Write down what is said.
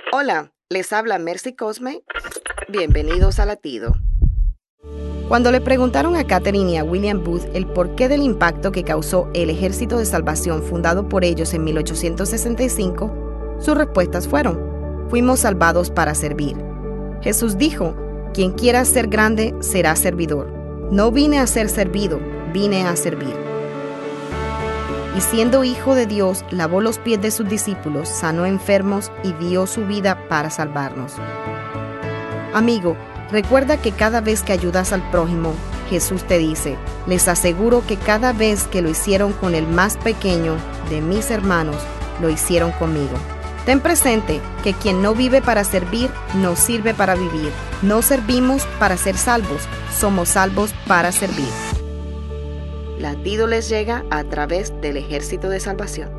Hola, les habla Mercy Cosme. Bienvenidos a Latido. Cuando le preguntaron a Catherine y a William Booth el porqué del impacto que causó el Ejército de Salvación fundado por ellos en 1865, sus respuestas fueron: fuimos salvados para servir. Jesús dijo: quien quiera ser grande será servidor. No vine a ser servido, vine a servir. Y siendo hijo de Dios, lavó los pies de sus discípulos, sanó enfermos y dio su vida para salvarnos. Amigo, recuerda que cada vez que ayudas al prójimo, Jesús te dice: les aseguro que cada vez que lo hicieron con el más pequeño de mis hermanos, lo hicieron conmigo. Ten presente que quien no vive para servir, no sirve para vivir. No servimos para ser salvos, somos salvos para servir. Latido les llega a través del Ejército de Salvación.